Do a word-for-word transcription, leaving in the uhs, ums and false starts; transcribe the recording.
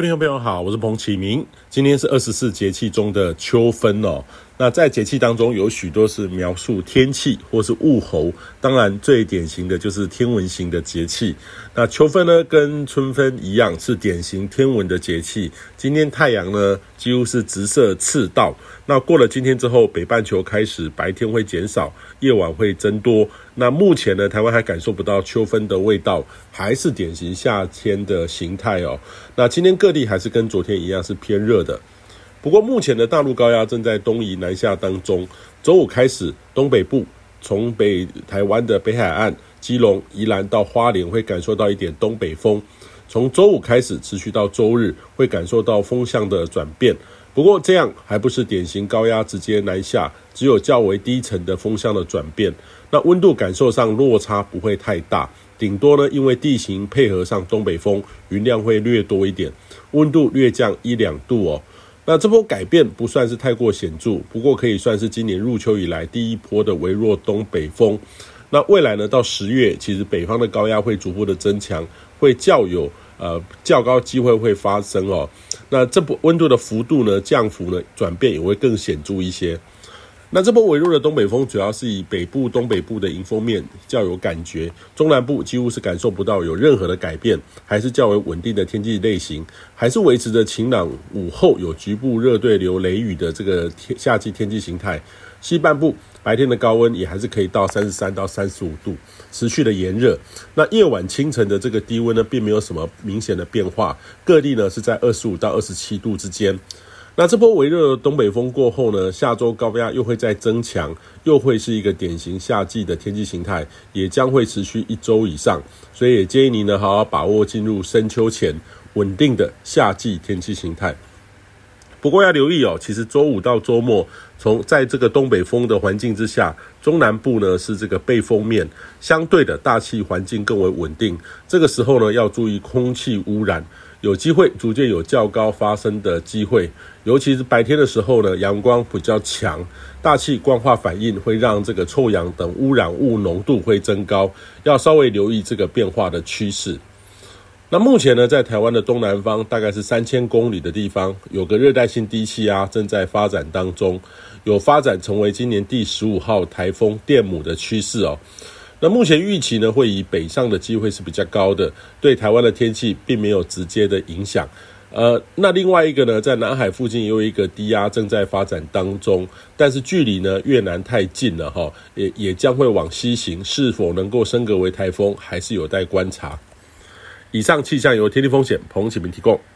各位听众朋友好，我是彭启明。今天是二十四节气中的秋分哦。那在节气当中有许多是描述天气或是物候，当然最典型的就是天文型的节气。那秋分呢跟春分一样是典型天文的节气。今天太阳呢几乎是直射赤道。那过了今天之后，北半球开始白天会减少，夜晚会增多。那目前呢台湾还感受不到秋分的味道，还是典型夏天的形态哦。那今天各地还是跟昨天一样是偏热的。不过目前的大陆高压正在东移南下当中，周五开始东北部从北台湾的北海岸、基隆、宜兰到花莲会感受到一点东北风，从周五开始持续到周日会感受到风向的转变。不过这样还不是典型高压直接南下，只有较为低层的风向的转变。那温度感受上落差不会太大，顶多呢因为地形配合上东北风，云量会略多一点，温度略降一两度哦。那这波改变不算是太过显著，不过可以算是今年入秋以来第一波的微弱东北风。那未来呢到十月，其实北方的高压会逐步的增强，会较有呃较高机会会发生哦。那这波温度的幅度呢降幅呢转变也会更显著一些。那这波微弱的东北风主要是以北部、东北部的迎风面较有感觉，中南部几乎是感受不到有任何的改变，还是较为稳定的天气类型，还是维持着晴朗，午后有局部热对流雷雨的这个夏季天气形态。西半部白天的高温也还是可以到三十三到三十五度，持续的炎热。那夜晚清晨的这个低温呢并没有什么明显的变化，各地呢是在二十五到二十七度之间。那这波微热的东北风过后呢，下周高压又会再增强，又会是一个典型夏季的天气形态，也将会持续一周以上。所以也建议您呢好好把握进入深秋前稳定的夏季天气形态。不过要留意哦，其实周五到周末，从在这个东北风的环境之下，中南部呢是这个背风面，相对的大气环境更为稳定。这个时候呢要注意空气污染，有机会逐渐有较高发生的机会，尤其是白天的时候呢，阳光比较强，大气光化反应会让这个臭氧等污染物浓度会增高，要稍微留意这个变化的趋势。那目前呢，在台湾的东南方大概是三千公里的地方，有个热带性低气压正在发展当中，有发展成为今年第十五号台风电母的趋势哦。那目前预期呢，会以北上的机会是比较高的，对台湾的天气并没有直接的影响。呃，那另外一个呢，在南海附近也有一个低压正在发展当中，但是距离呢越南太近了哈，也也将会往西行，是否能够升格为台风，还是有待观察。以上气象由天气风险彭启明提供。